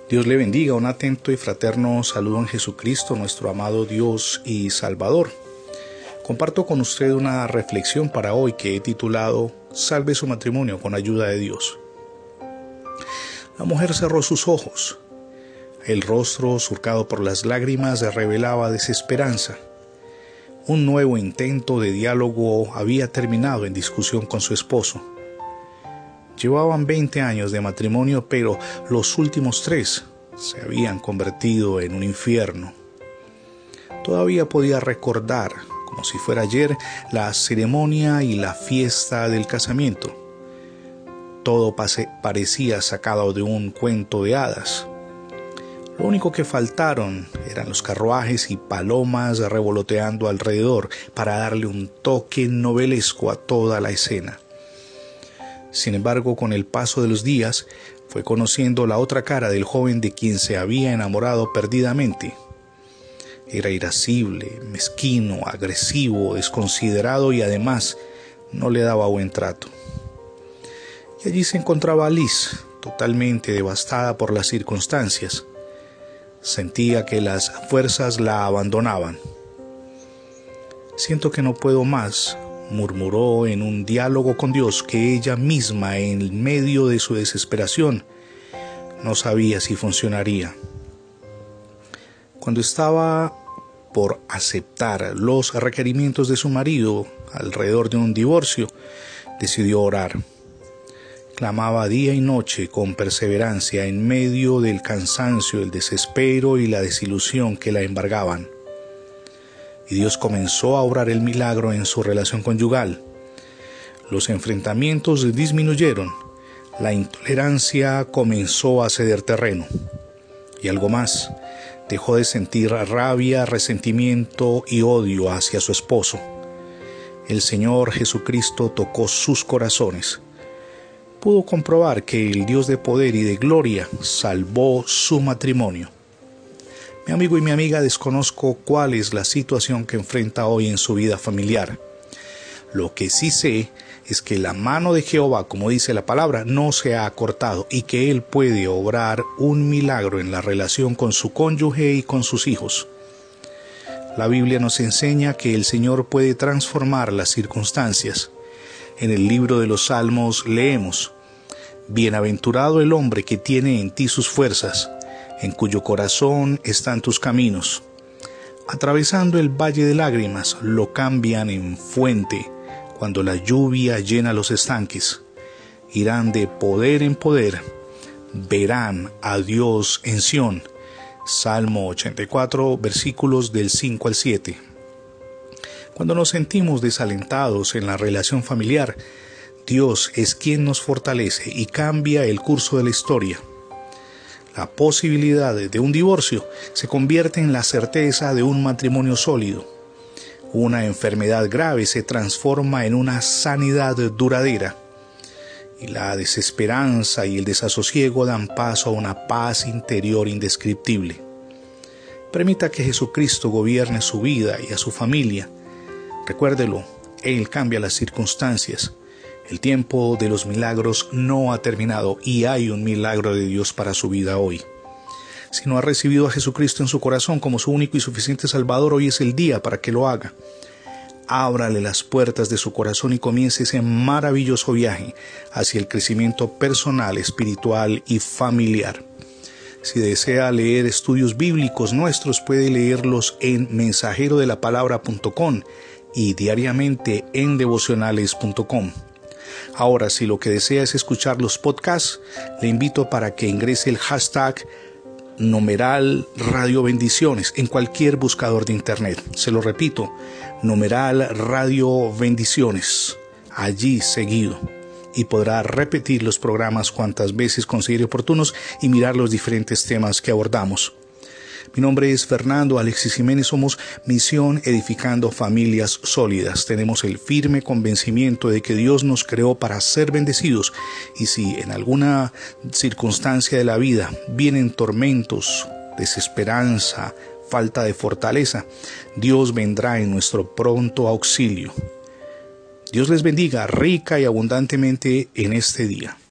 Dios le bendiga, un atento y fraterno saludo en Jesucristo, nuestro amado Dios y Salvador. Comparto con usted una reflexión para hoy que he titulado Salve su matrimonio con ayuda de Dios. La mujer cerró sus ojos. El rostro surcado por las lágrimas revelaba desesperanza. Un nuevo intento de diálogo había terminado en discusión con su esposo. Llevaban 20 años de matrimonio, pero los últimos 3 se habían convertido en un infierno. Todavía podía recordar, como si fuera ayer, la ceremonia y la fiesta del casamiento. Todo parecía sacado de un cuento de hadas. Lo único que faltaron eran los carruajes y palomas revoloteando alrededor para darle un toque novelesco a toda la escena. Sin embargo, con el paso de los días, fue conociendo la otra cara del joven de quien se había enamorado perdidamente. Era irascible, mezquino, agresivo, desconsiderado y además no le daba buen trato. Y allí se encontraba Liz, totalmente devastada por las circunstancias. Sentía que las fuerzas la abandonaban. Siento que no puedo más, murmuró en un diálogo con Dios que ella misma, en medio de su desesperación, no sabía si funcionaría. Cuando estaba por aceptar los requerimientos de su marido alrededor de un divorcio, decidió orar. Clamaba día y noche con perseverancia en medio del cansancio, el desespero y la desilusión que la embargaban. Y Dios comenzó a obrar el milagro en su relación conyugal. Los enfrentamientos disminuyeron, la intolerancia comenzó a ceder terreno. Y algo más, dejó de sentir rabia, resentimiento y odio hacia su esposo. El Señor Jesucristo tocó sus corazones. Pudo comprobar que el Dios de poder y de gloria salvó su matrimonio. Mi amigo y mi amiga, desconozco cuál es la situación que enfrenta hoy en su vida familiar. Lo que sí sé es que la mano de Jehová, como dice la palabra, no se ha cortado y que Él puede obrar un milagro en la relación con su cónyuge y con sus hijos. La Biblia nos enseña que el Señor puede transformar las circunstancias. En el libro de los Salmos leemos: Bienaventurado el hombre que tiene en ti sus fuerzas, en cuyo corazón están tus caminos. Atravesando el valle de lágrimas, lo cambian en fuente, cuando la lluvia llena los estanques. Irán de poder en poder, verán a Dios en Sión. Salmo 84, versículos del 5 al 7. Cuando nos sentimos desalentados en la relación familiar, Dios es quien nos fortalece y cambia el curso de la historia. La posibilidad de un divorcio se convierte en la certeza de un matrimonio sólido. Una enfermedad grave se transforma en una sanidad duradera. Y la desesperanza y el desasosiego dan paso a una paz interior indescriptible. Permita que Jesucristo gobierne su vida y a su familia. Recuérdelo, Él cambia las circunstancias. El tiempo de los milagros no ha terminado y hay un milagro de Dios para su vida hoy. Si no ha recibido a Jesucristo en su corazón como su único y suficiente Salvador, hoy es el día para que lo haga. Ábrale las puertas de su corazón y comience ese maravilloso viaje hacia el crecimiento personal, espiritual y familiar. Si desea leer estudios bíblicos nuestros, puede leerlos en mensajerodelapalabra.com y diariamente en devocionales.com. Ahora, si lo que desea es escuchar los podcasts, le invito para que ingrese el hashtag #Radio Bendiciones en cualquier buscador de internet. Se lo repito, #Radio Bendiciones, allí seguido. Y podrá repetir los programas cuantas veces considere oportunos y mirar los diferentes temas que abordamos. Mi nombre es Fernando Alexis Jiménez, somos Misión Edificando Familias Sólidas. Tenemos el firme convencimiento de que Dios nos creó para ser bendecidos y si en alguna circunstancia de la vida vienen tormentos, desesperanza, falta de fortaleza, Dios vendrá en nuestro pronto auxilio. Dios les bendiga rica y abundantemente en este día.